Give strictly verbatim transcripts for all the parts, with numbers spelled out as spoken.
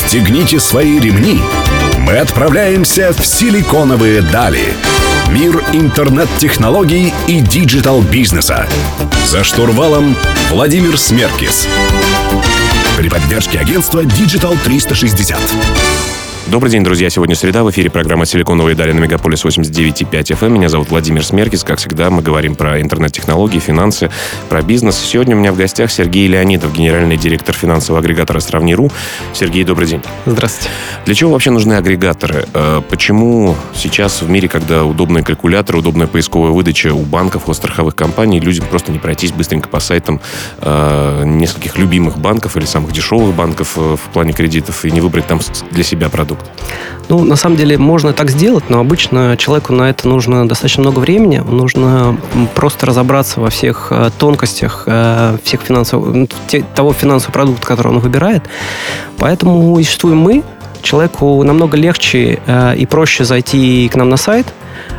Расстегните свои ремни. Мы отправляемся в силиконовые дали. Мир интернет-технологий и диджитал-бизнеса. За штурвалом Владимир Смеркис. При поддержке агентства Digital триста шестьдесят. Добрый день, друзья. Сегодня среда. В эфире программа «Силиконовые дали» на Мегаполис восемьдесят девять и пять эф эм. Меня зовут Владимир Смеркис. Как всегда, мы говорим про интернет-технологии, финансы, про бизнес. Сегодня у меня в гостях Сергей Леонидов, генеральный директор финансового агрегатора «Сравни.ру». Сергей, добрый день. Здравствуйте. Для чего вообще нужны агрегаторы? Почему сейчас в мире, когда удобные калькуляторы, удобная поисковая выдача у банков, у страховых компаний, людям просто не пройтись быстренько по сайтам нескольких любимых банков или самых дешевых банков в плане кредитов и не выбрать там для себя продукт? Ну, на самом деле, можно так сделать, но обычно человеку на это нужно достаточно много времени. Нужно просто разобраться во всех тонкостях всех финансовых, того финансового продукта, который он выбирает. Поэтому существуем мы. Человеку намного легче и проще зайти к нам на сайт,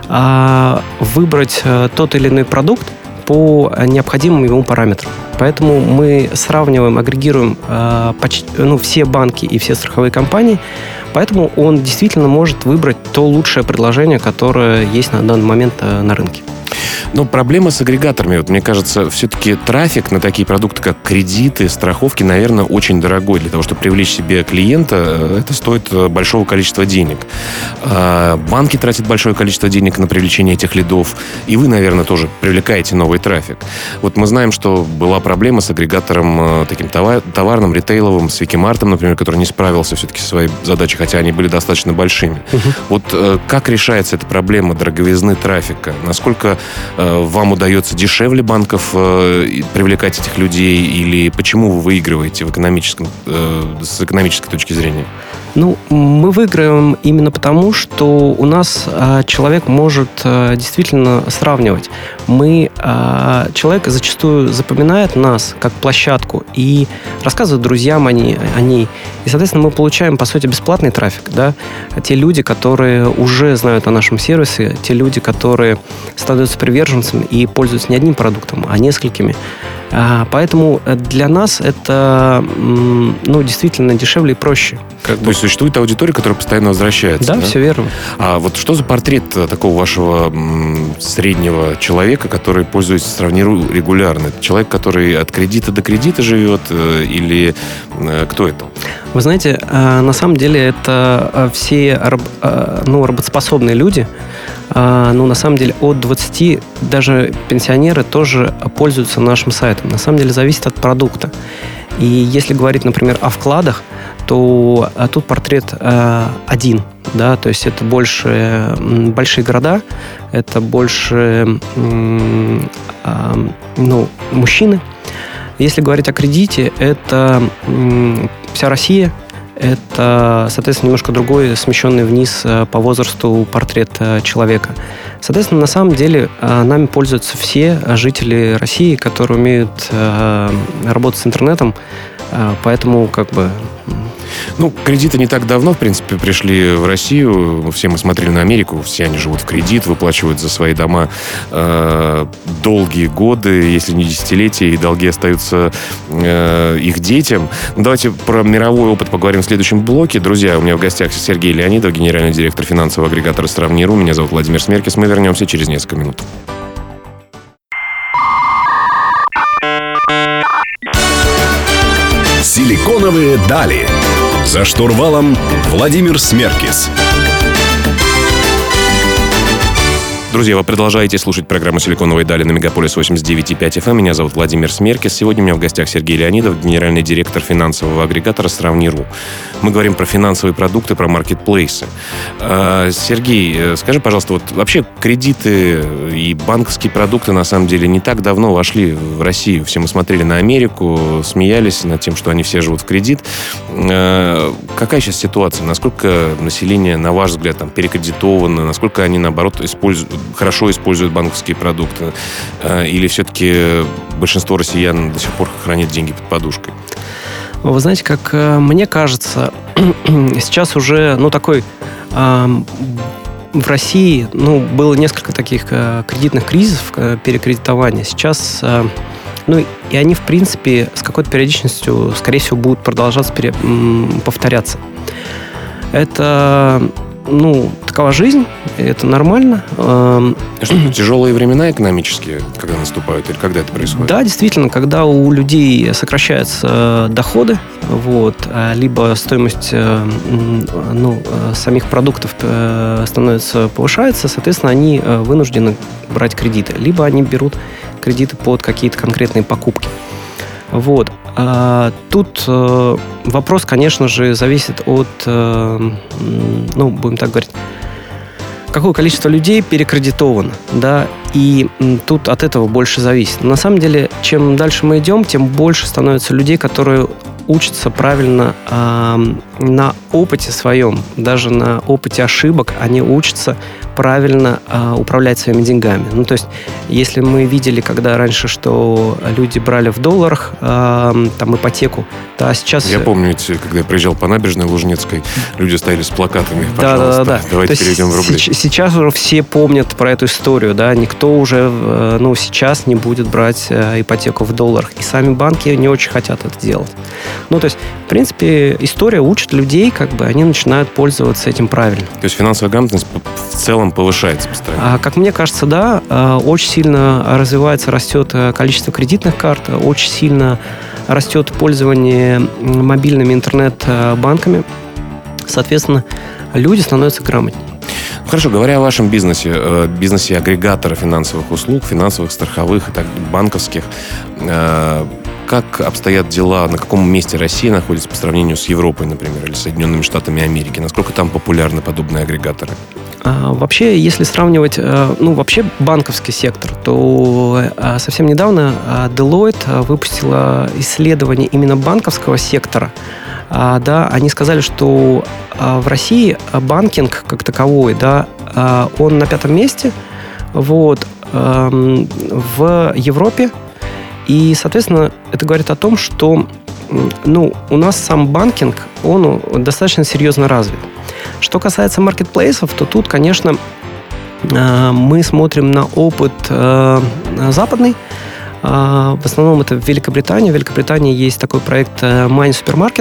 выбрать тот или иной продукт по необходимым ему параметрам. Поэтому мы сравниваем, агрегируем э, почти, ну, все банки и все страховые компании. Поэтому он действительно может выбрать то лучшее предложение, которое есть на данный момент э, на рынке. Но проблема с агрегаторами, вот мне кажется, все-таки трафик на такие продукты, как кредиты, страховки, наверное, очень дорогой. Для того, чтобы привлечь себе клиента, это стоит большого количества денег. Банки тратят большое количество денег на привлечение этих лидов, и вы, наверное, тоже привлекаете новый трафик. Вот мы знаем, что была проблема с агрегатором таким товарным, ритейловым, с Викимартом, например, который не справился все-таки со своей задачей, хотя они были достаточно большими. Угу. Вот как решается эта проблема дороговизны трафика? Насколько вам удается дешевле банков э, привлекать этих людей, или почему вы выигрываете в экономическом, э, с экономической точки зрения? Ну, мы выигрываем именно потому, что у нас э, человек может э, действительно сравнивать. Мы, э, человек зачастую запоминает нас как площадку и рассказывает друзьям о ней, о ней. И, соответственно, мы получаем, по сути, бесплатный трафик. Да? Те люди, которые уже знают о нашем сервисе, те люди, которые становятся приверженцами и пользуются не одним продуктом, а несколькими. Поэтому для нас это, ну, действительно дешевле и проще. Как бы. То есть существует аудитория, которая постоянно возвращается? Да, да, все верно. А вот что за портрет такого вашего м, среднего человека, который пользуется «Сравни.ру» регулярно? Это человек, который от кредита до кредита живет, э, или э, кто это? Вы знаете, э, на самом деле это все э, ну, работоспособные люди. Ну, на самом деле, от двадцати даже пенсионеры тоже пользуются нашим сайтом. На самом деле, зависит от продукта. И если говорить, например, о вкладах, то тут портрет э, один. Да, то есть это больше большие города, это больше э, э, ну, мужчины. Если говорить о кредите, это э, вся Россия. Это, соответственно, немножко другой, смещенный вниз по возрасту портрет человека. Соответственно, на самом деле нами пользуются все жители России, которые умеют работать с интернетом, поэтому как бы... Ну, кредиты не так давно, в принципе, пришли в Россию. Все мы смотрели на Америку, все они живут в кредит, выплачивают за свои дома э, долгие годы, если не десятилетия, и долги остаются э, их детям. Ну, давайте про мировой опыт поговорим в следующем блоке. Друзья, у меня в гостях Сергей Леонидов, генеральный директор финансового агрегатора «Сравни.ру». Меня зовут Владимир Смеркис. Мы вернемся через несколько минут. Силиконовые дали. За штурвалом Владимир Смеркис. Друзья, вы продолжаете слушать программу «Силиконовые дали» на Мегаполис восемьдесят девять и пять эф эм. Меня зовут Владимир Смеркис. Сегодня у меня в гостях Сергей Леонидов, генеральный директор финансового агрегатора «Сравни.ру». Мы говорим про финансовые продукты, про маркетплейсы. Сергей, скажи, пожалуйста, вот вообще кредиты и банковские продукты на самом деле не так давно вошли в Россию. Все мы смотрели на Америку, смеялись над тем, что они все живут в кредит. Какая сейчас ситуация? Насколько население, на ваш взгляд, там, перекредитовано? Насколько они, наоборот, используют, хорошо используют банковские продукты? Или все-таки большинство россиян до сих пор хранит деньги под подушкой? Вы знаете, как мне кажется, сейчас уже, ну, такой э, в России, ну, было несколько таких э, кредитных кризисов, э, перекредитования. Сейчас э, Ну, и они, в принципе, с какой-то периодичностью, скорее всего, будут продолжаться, пере... повторяться. Это, ну, такова жизнь, это нормально. Что, тяжелые времена экономические, когда наступают, или когда это происходит? Да, действительно, когда у людей сокращаются доходы, вот, либо стоимость, ну, самих продуктов становится, повышается, соответственно, они вынуждены брать кредиты, либо они берут кредиты под какие-то конкретные покупки. Вот. А тут э, вопрос, конечно же, зависит от, э, ну, будем так говорить, какое количество людей перекредитовано, да, и м, тут от этого больше зависит. На самом деле, чем дальше мы идем, тем больше становится людей, которые учатся правильно э, на опыте своем, даже на опыте ошибок, они учатся правильно э, управлять своими деньгами. Ну, то есть, если мы видели, когда раньше, что люди брали в долларах э, там ипотеку, то сейчас... Я помню, когда я приезжал по набережной Лужнецкой, люди стояли с плакатами. Да, пожалуйста, да, да. давайте то перейдем в рубли. Сейчас уже все помнят про эту историю, да, никто уже, ну, сейчас не будет брать ипотеку в долларах, и сами банки не очень хотят это делать. Ну, то есть, в принципе, история учит людей, как бы, они начинают пользоваться этим правильно. То есть финансовая грамотность в целом повышается постоянно? А, как мне кажется, да. Очень сильно развивается, растет количество кредитных карт, очень сильно растет пользование мобильными интернет-банками. Соответственно, люди становятся грамотнее. Хорошо, говоря о вашем бизнесе, бизнесе агрегатора финансовых услуг, финансовых, страховых и так банковских, как обстоят дела, на каком месте Россия находится по сравнению с Европой, например, или Соединенными Штатами Америки? Насколько там популярны подобные агрегаторы? А, вообще, если сравнивать, ну, вообще банковский сектор, то а, совсем недавно а, Deloitte выпустила исследование именно банковского сектора. А, да, они сказали, что а, в России банкинг как таковой, да, а, он на пятом месте, вот, а, в Европе. И, соответственно, это говорит о том, что, ну, у нас сам банкинг, он достаточно серьезно развит. Что касается маркетплейсов, то тут, конечно, мы смотрим на опыт западный. В основном это Великобритания. В Великобритании есть такой проект Money Supermarket.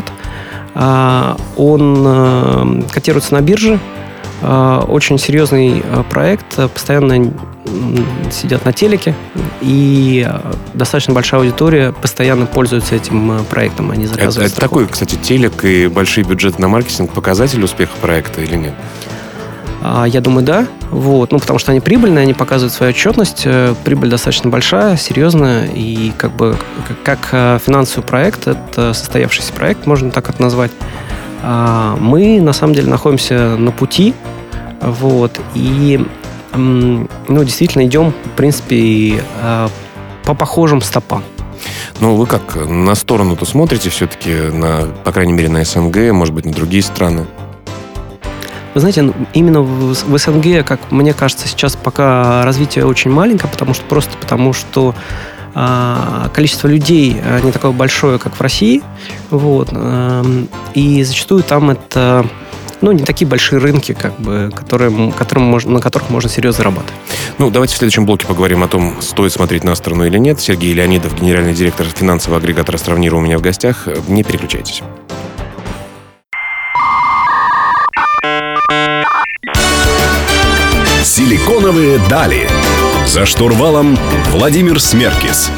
Он котируется на бирже. Очень серьезный проект. Постоянно сидят на телеке, и достаточно большая аудитория постоянно пользуется этим проектом. Они заказывают это, это такой, кстати, телек и большие бюджеты на маркетинг показатель успеха проекта или нет? Я думаю, да. Вот. Ну, потому что они прибыльные, они показывают свою отчетность. Прибыль достаточно большая, серьезная. И как бы как финансовый проект, это состоявшийся проект, можно так это назвать. Мы, на самом деле, находимся на пути. Вот. И ну, действительно идем, в принципе, по похожим стопам. Ну, вы как, на сторону-то смотрите все-таки, на, по крайней мере, на СНГ, может быть, на другие страны? Вы знаете, именно в, в СНГ, как мне кажется, сейчас пока развитие очень маленькое, потому что просто потому, что а, количество людей не такое большое, как в России. Вот, а, и зачастую там это... Ну, не такие большие рынки, как бы, которые, которым можно, на которых можно серьезно зарабатывать. Ну, давайте в следующем блоке поговорим о том, стоит смотреть на страну или нет. Сергей Леонидов, генеральный директор финансового агрегатора «Сравнир» у меня в гостях. Не переключайтесь. Силиконовые дали. За штурвалом Владимир Смеркис.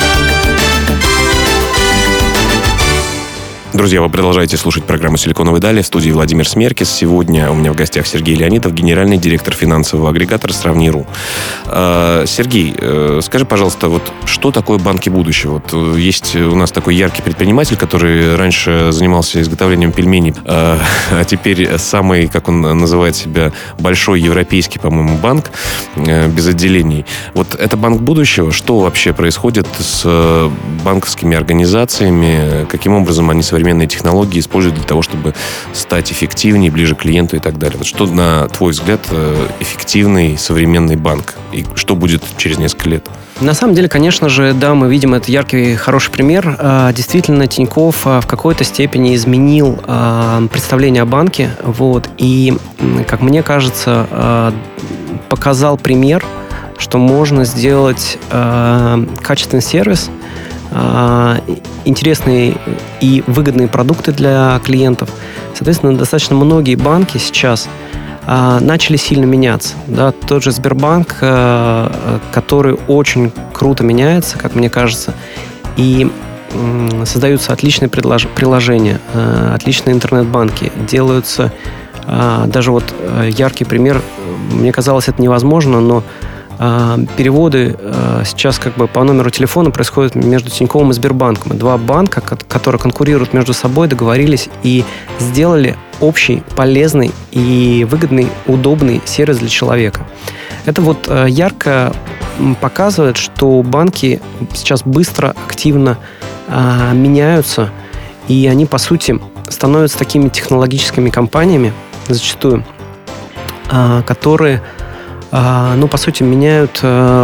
Друзья, вы продолжаете слушать программу «Силиконовые дали». В студии Владимир Смеркис. Сегодня у меня в гостях Сергей Леонидов, генеральный директор финансового агрегатора «Сравнир». Сергей, скажи, пожалуйста, вот что такое банки будущего? Вот есть у нас такой яркий предприниматель, который раньше занимался изготовлением пельменей, а теперь самый, как он называет себя, большой европейский, по-моему, банк без отделений. Вот это банк будущего? Что вообще происходит с банковскими организациями? Каким образом они современные технологии используют для того, чтобы стать эффективнее, ближе к клиенту и так далее? Вот что, на твой взгляд, эффективный современный банк? И что будет через несколько лет? На самом деле, конечно же, да, мы видим это яркий, хороший пример. Действительно, Тинькофф в какой-то степени изменил представление о банке. Вот, и, как мне кажется, показал пример, что можно сделать качественный сервис, интересные и выгодные продукты для клиентов. Соответственно, достаточно многие банки сейчас начали сильно меняться. Да? Тот же Сбербанк, который очень круто меняется, как мне кажется, и создаются отличные приложения, отличные интернет-банки, делаются даже вот яркий пример, мне казалось, это невозможно, но переводы сейчас как бы по номеру телефона происходят между Тиньковым и Сбербанком. Два банка, которые конкурируют между собой, договорились и сделали общий, полезный и выгодный, удобный сервис для человека. Это вот ярко показывает, что банки сейчас быстро, активно меняются, и они, по сути, становятся такими технологическими компаниями, зачастую, которые, ну, по сути, меняют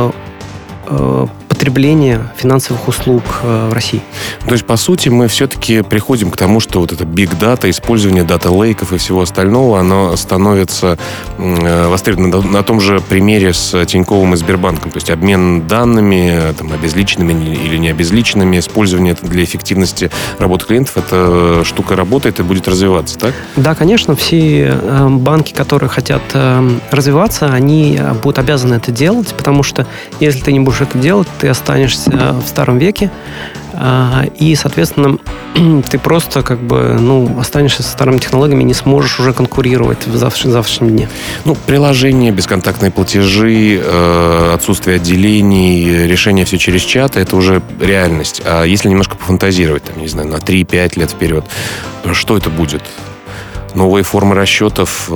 потребление финансовых услуг в России. То есть, по сути, мы все-таки приходим к тому, что вот это big data, использование дата-лейков и всего остального, оно становится востребовано на том же примере с Тиньковым и Сбербанком. То есть обмен данными, там, обезличенными или не обезличенными, использование это для эффективности работы клиентов, эта штука работает и будет развиваться, так? Да, конечно, все банки, которые хотят развиваться, они будут обязаны это делать, потому что если ты не будешь это делать, ты останешься в старом веке, и, соответственно, ты просто как бы, ну, останешься со старыми технологиями и не сможешь уже конкурировать в завтра, завтрашнем дне. Ну, приложения, бесконтактные платежи, отсутствие отделений, решение все через чаты — это уже реальность. А если немножко пофантазировать, там, не знаю, на три-пять лет вперед, что это будет? Новые формы расчетов,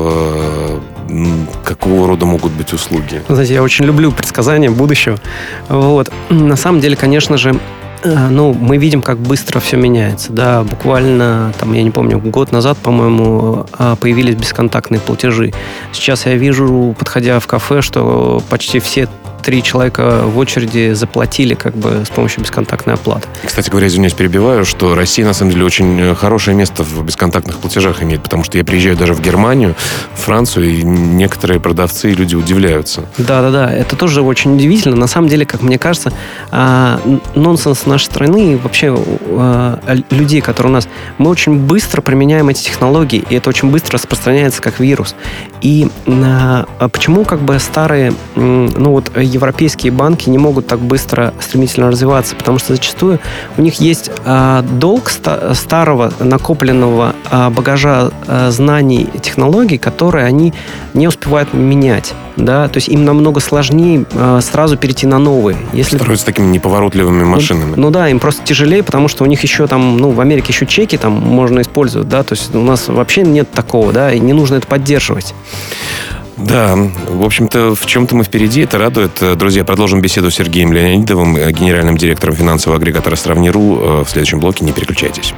какого рода могут быть услуги? Знаете, я очень люблю предсказания будущего. Вот. На самом деле, конечно же, ну, мы видим, как быстро все меняется. Да, буквально, там, я не помню, год назад, по-моему, появились бесконтактные платежи. Сейчас я вижу, подходя в кафе, что почти все три человека в очереди заплатили как бы с помощью бесконтактной оплаты. Кстати говоря, извиняюсь, перебиваю, что Россия, на самом деле, очень хорошее место в бесконтактных платежах имеет, потому что я приезжаю даже в Германию, в Францию, и некоторые продавцы и люди удивляются. Да-да-да, это тоже очень удивительно. На самом деле, как мне кажется, нонсенс нашей страны и вообще людей, которые у нас... Мы очень быстро применяем эти технологии, и это очень быстро распространяется как вирус. И почему как бы старые, ну вот, европейские банки не могут так быстро стремительно развиваться, потому что зачастую у них есть э, долг ста- старого накопленного э, багажа э, знаний и технологий, которые они не успевают менять. Да? То есть им намного сложнее э, сразу перейти на новые. Если... Строятся такими неповоротливыми машинами. Ну, ну да, им просто тяжелее, потому что у них еще там, ну, в Америке еще чеки там можно использовать, да, то есть у нас вообще нет такого, да, и не нужно это поддерживать. Да, в общем-то, в чем-то мы впереди, это радует. Друзья, продолжим беседу с Сергеем Леонидовым, генеральным директором финансового агрегатора Сравни.ру. В следующем блоке не переключайтесь.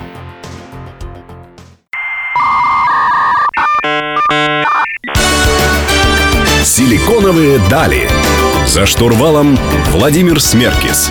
Силиконовые дали. За штурвалом Владимир Смеркис.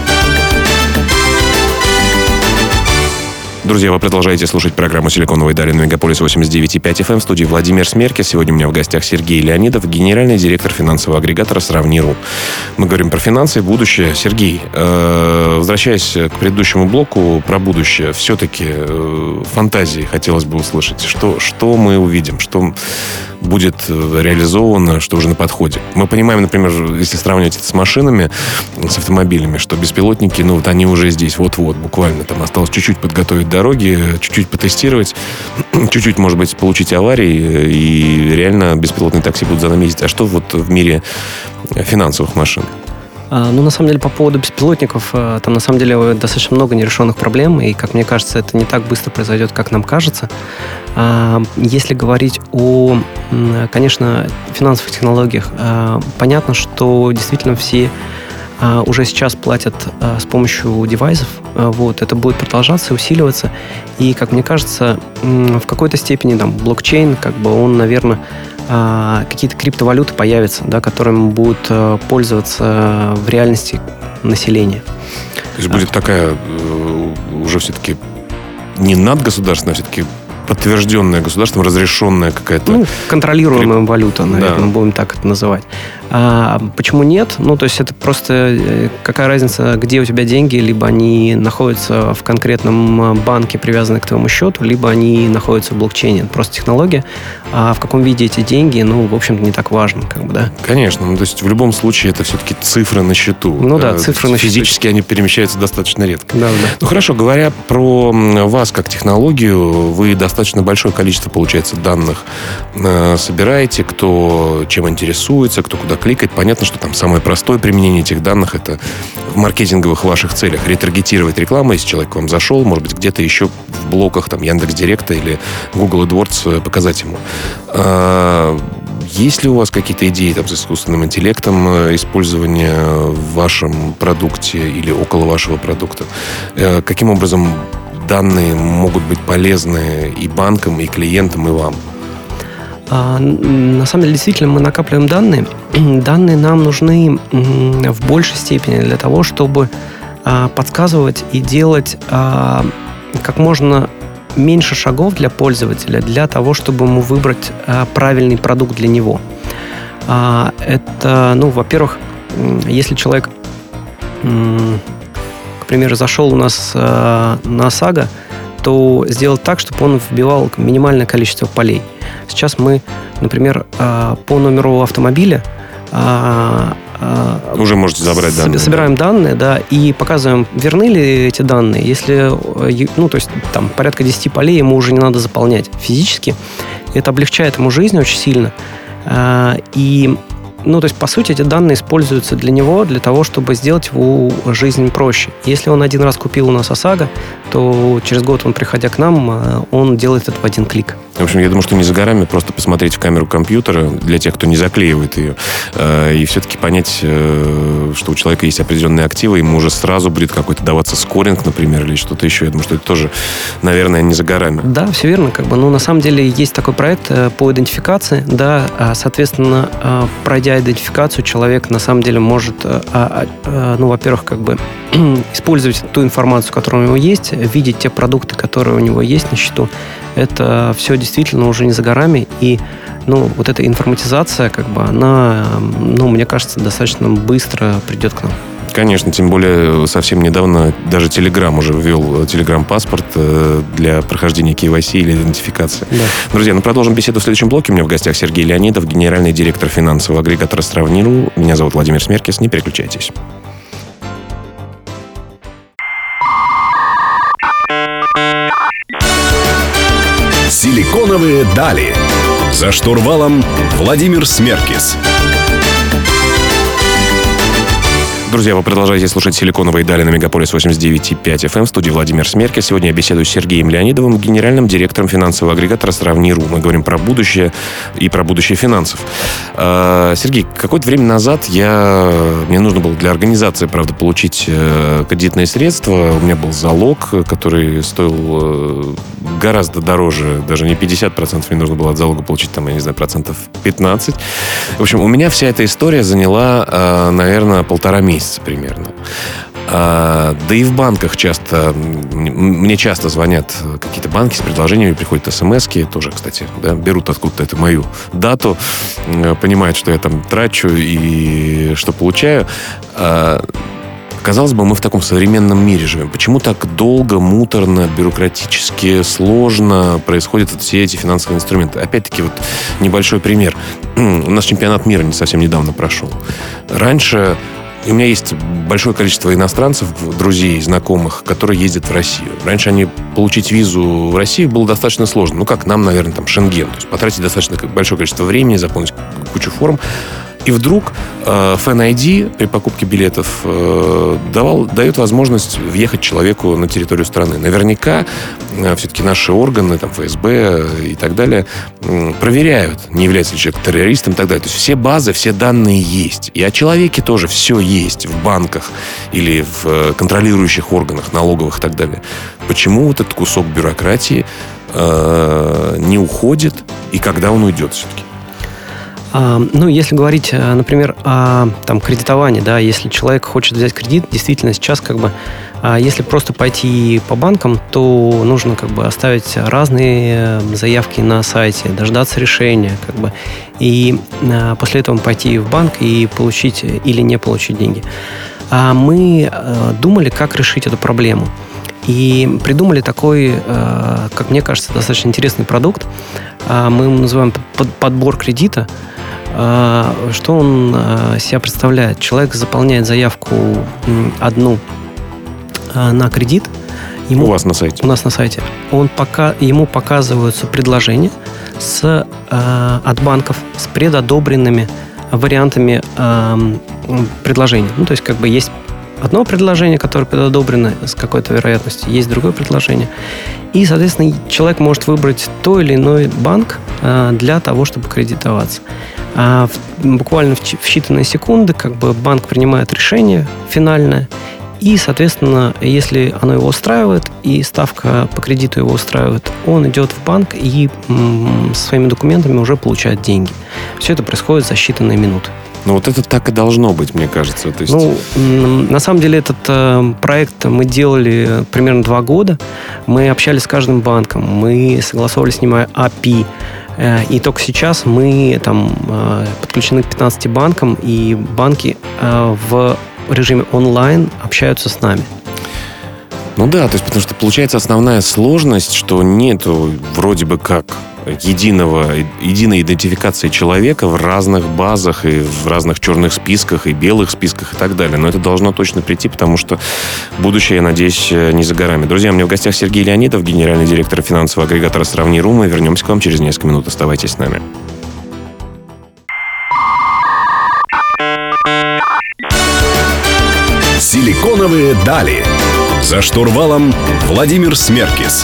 Друзья, вы продолжаете слушать программу «Силиконовые дали» на Мегаполис восемьдесят девять и пять эф эм. В студии Владимир Смеркис. Сегодня у меня в гостях Сергей Леонидов, генеральный директор финансового агрегатора Сравни.ру. Мы говорим про финансы и будущее. Сергей, э, возвращаясь к предыдущему блоку про будущее, все-таки э, фантазии хотелось бы услышать. Что, что мы увидим? Что будет реализовано, что уже на подходе? Мы понимаем, например, если сравнивать это с машинами, с автомобилями, что беспилотники, ну вот они уже здесь, вот-вот, буквально. Там осталось чуть-чуть подготовить дороги, чуть-чуть потестировать, чуть-чуть, может быть, получить аварии, и реально беспилотные такси будут за нами ездить. А что вот в мире финансовых машин? Ну, на самом деле, по поводу беспилотников, там, на самом деле, достаточно много нерешенных проблем, и, как мне кажется, это не так быстро произойдет, как нам кажется. Если говорить о, конечно, финансовых технологиях, понятно, что действительно все уже сейчас платят с помощью девайсов. Вот, это будет продолжаться и усиливаться. И, как мне кажется, в какой-то степени там, блокчейн, как бы он, наверное, какие-то криптовалюты появятся, да, которыми будут пользоваться в реальности населения. То есть будет такая уже все-таки не надгосударственная, а все-таки подтвержденная государством, разрешенная какая-то... Ну, контролируемая Крип... валюта, наверное, да. будем так это называть. А почему нет? Ну, то есть это просто какая разница, где у тебя деньги, либо они находятся в конкретном банке, привязаны к твоему счету, либо они находятся в блокчейне. Просто технология. А в каком виде эти деньги, ну, в общем-то, не так важно, как бы, да? Конечно. Ну, то есть в любом случае это все-таки цифры на счету. Ну да, цифры на счету. Физически они перемещаются достаточно редко. Да, да. Ну, хорошо, говоря про вас как технологию, вы достаточно большое количество, получается, данных э, собираете, кто чем интересуется, кто куда кликает. Понятно, что там самое простое применение этих данных — это в маркетинговых ваших целях. Ретаргетировать рекламу, если человек к вам зашел, может быть, где-то еще в блоках там Яндекс.Директа или Google AdWords показать ему. А, есть ли у вас какие-то идеи там, с искусственным интеллектом использования в вашем продукте или около вашего продукта? А, каким образом данные могут быть полезны и банкам, и клиентам, и вам? А, на самом деле, действительно, мы накапливаем данные. Данные нам нужны в большей степени для того, чтобы а, подсказывать и делать а, как можно меньше шагов для пользователя, для того, чтобы ему выбрать а, правильный продукт для него. А, это, ну, во-первых, если человек, к примеру, зашел у нас а, на ОСАГО, то сделать так, чтобы он вбивал минимальное количество полей. Сейчас мы, например, по номеру автомобиля уже можете забрать данные. Собираем данные, да, и показываем, верны ли эти данные. Если, ну, то есть там порядка десять полей ему уже не надо заполнять физически. Это облегчает ему жизнь очень сильно. И Ну, то есть, по сути, эти данные используются для него, для того, чтобы сделать его жизнь проще. Если он один раз купил у нас ОСАГО, то через год он, приходя к нам, он делает это в один клик. В общем, я думаю, что не за горами просто посмотреть в камеру компьютера, для тех, кто не заклеивает ее, и все-таки понять, что у человека есть определенные активы, ему уже сразу будет какой-то даваться скоринг, например, или что-то еще. Я думаю, что это тоже, наверное, не за горами. Да, все верно. Как бы, ну, на самом деле, есть такой проект по идентификации, да, соответственно, пройдя идентификацию, человек на самом деле может, ну, во-первых, как бы использовать ту информацию, которая у него есть, видеть те продукты, которые у него есть на счету. Это все действительно уже не за горами. И, ну, вот эта информатизация, как бы, она, ну, мне кажется, достаточно быстро придет к нам. Конечно, тем более совсем недавно даже Telegram уже ввел Telegram-паспорт для прохождения кей вай си или идентификации. Да. Друзья, ну продолжим беседу в следующем блоке. У меня в гостях Сергей Леонидов, генеральный директор финансового агрегатора «Сравни.ру». Меня зовут Владимир Смеркис. Не переключайтесь. Силиконовые дали. За штурвалом Владимир Смеркис. Друзья, вы продолжаете слушать «Силиконовые дали» на Мегаполис восемьдесят девять и пять эф эм. В студии Владимир Смеркис. Сегодня я беседую с Сергеем Леонидовым, генеральным директором финансового агрегатора «Сравни.ру». Мы говорим про будущее и про будущее финансов. Сергей, какое-то время назад я... мне нужно было для организации, правда, получить кредитные средства. У меня был залог, который стоил гораздо дороже. Даже не пятьдесят процентов мне нужно было от залога получить, там, я не знаю, процентов пятнадцать. В общем, у меня вся эта история заняла, наверное, полтора месяца примерно. А, да и в банках часто, мне часто звонят какие-то банки с предложениями, приходят смс-ки, тоже, кстати, да, берут откуда-то эту мою дату, понимают, что я там трачу и что получаю. А, казалось бы, мы в таком современном мире живем. Почему так долго, муторно, бюрократически, сложно происходят все эти финансовые инструменты? Опять-таки, вот небольшой пример. У нас чемпионат мира не совсем недавно прошел. Раньше... У меня есть большое количество иностранцев, друзей, знакомых, которые ездят в Россию. Раньше они получить визу в Россию было достаточно сложно. Ну, как нам, наверное, там, Шенген. То есть потратить достаточно большое количество времени, заполнить кучу форм. И вдруг э, Fan ай ди при покупке билетов э, давал, дает возможность въехать человеку на территорию страны. Наверняка э, все-таки наши органы, там, эф эс бэ и так далее, э, проверяют, не является ли человек террористом и так далее. То есть все базы, все данные есть. И о человеке тоже все есть в банках или в э, контролирующих органах, налоговых и так далее. Почему вот этот кусок бюрократии э, не уходит и когда он уйдет все-таки? Ну, если говорить, например, о там, кредитовании, да, если человек хочет взять кредит, действительно сейчас как бы, если просто пойти по банкам, то нужно как бы оставить разные заявки на сайте, дождаться решения, как бы, и после этого пойти в банк и получить или не получить деньги. А мы думали, как решить эту проблему. И придумали такой, как мне кажется, достаточно интересный продукт. Мы его называем подбор кредита. Что он себя представляет? Человек заполняет заявку одну на кредит. Ему, у вас на сайте? У нас на сайте. Он пока, ему показываются предложения с, от банков с предодобренными вариантами предложений. Ну, то есть, как бы есть одно предложение, которое предодобрено с какой-то вероятностью, есть другое предложение. И, соответственно, человек может выбрать той или иной банк для того, чтобы кредитоваться. А в, буквально в, в считанные секунды как бы банк принимает решение финальное, и, соответственно, если оно его устраивает, и ставка по кредиту его устраивает, он идет в банк и м, со своими документами уже получает деньги. Все это происходит за считанные минуты. Ну, вот это так и должно быть, мне кажется. То есть... Ну, на самом деле, этот э, проект мы делали примерно два года. Мы общались с каждым банком, мы согласовывали с ним эй пи ай. И только сейчас мы там подключены к пятнадцати банкам, и банки в режиме онлайн общаются с нами. Ну да, то есть потому что получается основная сложность, что нету вроде бы как единого, единой идентификации человека в разных базах и в разных черных списках и белых списках и так далее. Но это должно точно прийти, потому что будущее, я надеюсь, не за горами. Друзья, у меня в гостях Сергей Леонидов, генеральный директор финансового агрегатора «Сравни.ру». Мы вернемся к вам через несколько минут. Оставайтесь с нами. Силиконовые дали. За штурвалом Владимир Смеркис.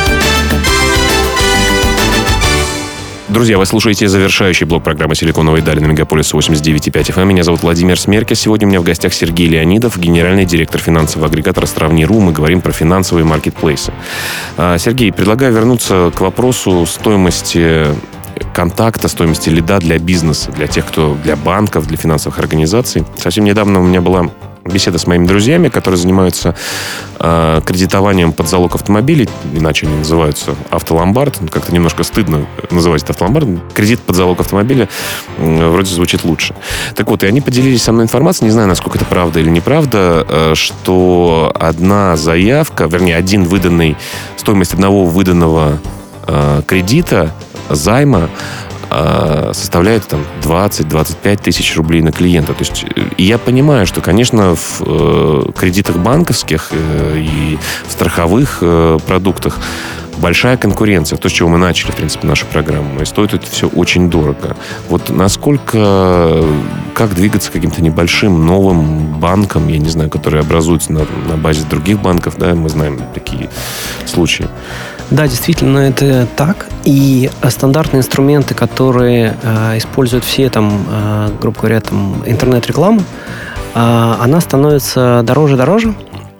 Друзья, вы слушаете завершающий блок программы «Силиконовые дали» на Мегаполис восемьдесят девять и пять эф эм. Меня зовут Владимир Смеркис. Сегодня у меня в гостях Сергей Леонидов, генеральный директор финансового агрегатора «Сравни.ру». Мы говорим про финансовые маркетплейсы. Сергей, предлагаю вернуться к вопросу стоимости контакта, стоимости лида для бизнеса, для тех, кто для банков, для финансовых организаций. Совсем недавно у меня была беседа с моими друзьями, которые занимаются э, кредитованием под залог автомобилей, иначе они называются автоломбард. Как-то немножко стыдно называть это автоломбард. Кредит под залог автомобиля э, вроде звучит лучше. Так вот, и они поделились со мной информацией, не знаю, насколько это правда или неправда, э, что одна заявка, вернее, один выданный, стоимость одного выданного э, кредита, займа, составляет там двадцать-двадцать пять тысяч рублей на клиента. То есть, и я понимаю, что, конечно, в э, кредитах банковских э, и в страховых э, продуктах большая конкуренция. То, с чего мы начали, в принципе, нашу программу. И стоит это все очень дорого. Вот насколько, как двигаться к каким-то небольшим новым банкам, я не знаю, которые образуются на, на базе других банков, да, мы знаем такие случаи. Да, действительно, это так. И стандартные инструменты, которые э, используют все, там, э, грубо говоря, там, интернет-рекламу, э, она становится дороже и дороже.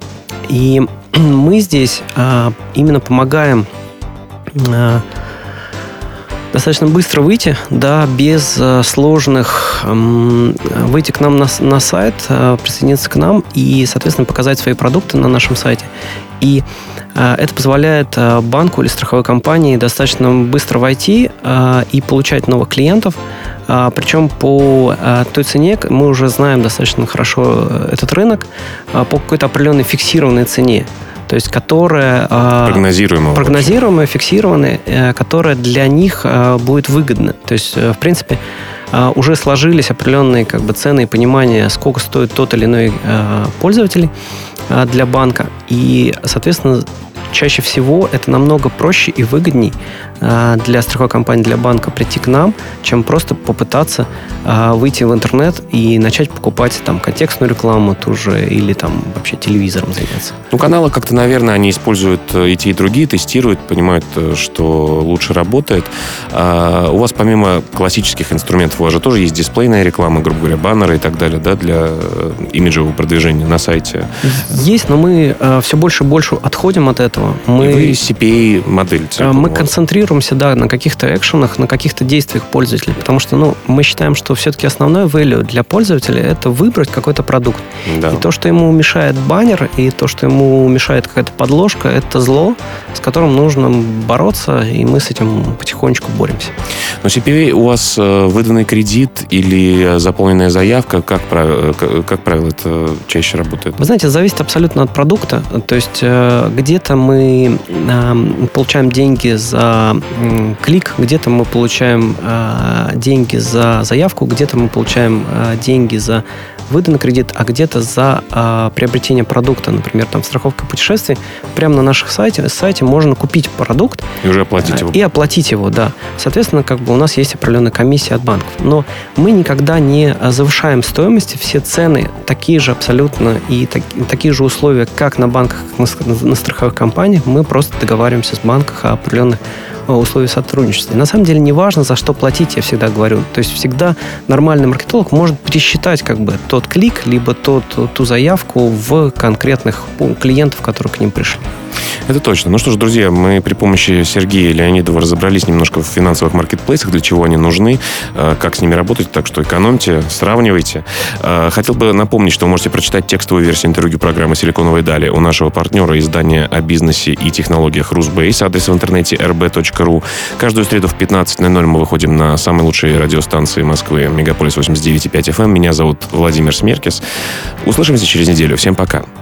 И мы здесь э, именно помогаем э, достаточно быстро выйти, да, без э, сложных, э, выйти к нам на, на сайт, э, присоединиться к нам и, соответственно, показать свои продукты на нашем сайте. И э, это позволяет э, банку или страховой компании достаточно быстро войти э, и получать новых клиентов. Э, причем по э, той цене, мы уже знаем достаточно хорошо этот рынок, э, по какой-то определенной фиксированной цене. То есть, которая... Прогнозируемая. Прогнозируемая, фиксированная, э, которая для них э, будет выгодна. То есть, э, в принципе, э, уже сложились определенные как бы, цены и понимание, сколько стоит тот или иной э, пользователь э, для банка. И, соответственно, чаще всего это намного проще и выгодней э, для страховой компании, для банка прийти к нам, чем просто попытаться э, выйти в интернет и начать покупать там контекстную рекламу ту же или там вообще телевизором заняться. Ну, каналы как-то, наверное, они используют и те, и другие, тестируют, понимают, что лучше работает. А у вас помимо классических инструментов, у вас же тоже есть дисплейная реклама, грубо говоря, баннеры и так далее, да, для имиджевого продвижения на сайте? Есть, но мы э, все больше и больше отходим от этого. этого. Мы, И вы си пи эй-модель. Мы концентрируемся, да, на каких-то экшенах, на каких-то действиях пользователя, потому что, ну, мы считаем, что все-таки основной value для пользователя — это выбрать какой-то продукт. Да. И то, что ему мешает баннер, и то, что ему мешает какая-то подложка, это зло, с которым нужно бороться, и мы с этим потихонечку боремся. Но си пи эй у вас выданный кредит или заполненная заявка, как правило, как правило это чаще работает? Вы знаете, зависит абсолютно от продукта. То есть где-то мы получаем деньги за клик, где-то мы получаем деньги за заявку, где-то мы получаем деньги за выданный кредит, а где-то за а, приобретение продукта, например, там страховка путешествий. Прямо на нашем сайте, сайте можно купить продукт и уже оплатить его. И оплатить его, да. Соответственно, как бы у нас есть определенная комиссия от банков. Но мы никогда не завышаем стоимости. Все цены такие же абсолютно и так, такие же условия, как на банках, как на, на страховых компаниях. Мы просто договариваемся с банком о определенных условий сотрудничества. И на самом деле не важно, за что платить, я всегда говорю. То есть всегда нормальный маркетолог может пересчитать как бы тот клик, либо тот, ту заявку в конкретных клиентов, которые к ним пришли. Это точно. Ну что ж, друзья, мы при помощи Сергея Леонидова разобрались немножко в финансовых маркетплейсах, для чего они нужны, как с ними работать, так что экономьте, сравнивайте. Хотел бы напомнить, что вы можете прочитать текстовую версию интервью программы «Силиконовые дали» у нашего партнера издания о бизнесе и технологиях Русбейс. Адрес в интернете эр би точка ру. Каждую среду в пятнадцать ноль ноль мы выходим на самые лучшие радиостанции Москвы, Мегаполис восемьдесят девять и пять эф эм. Меня зовут Владимир Смеркис. Услышимся через неделю. Всем пока.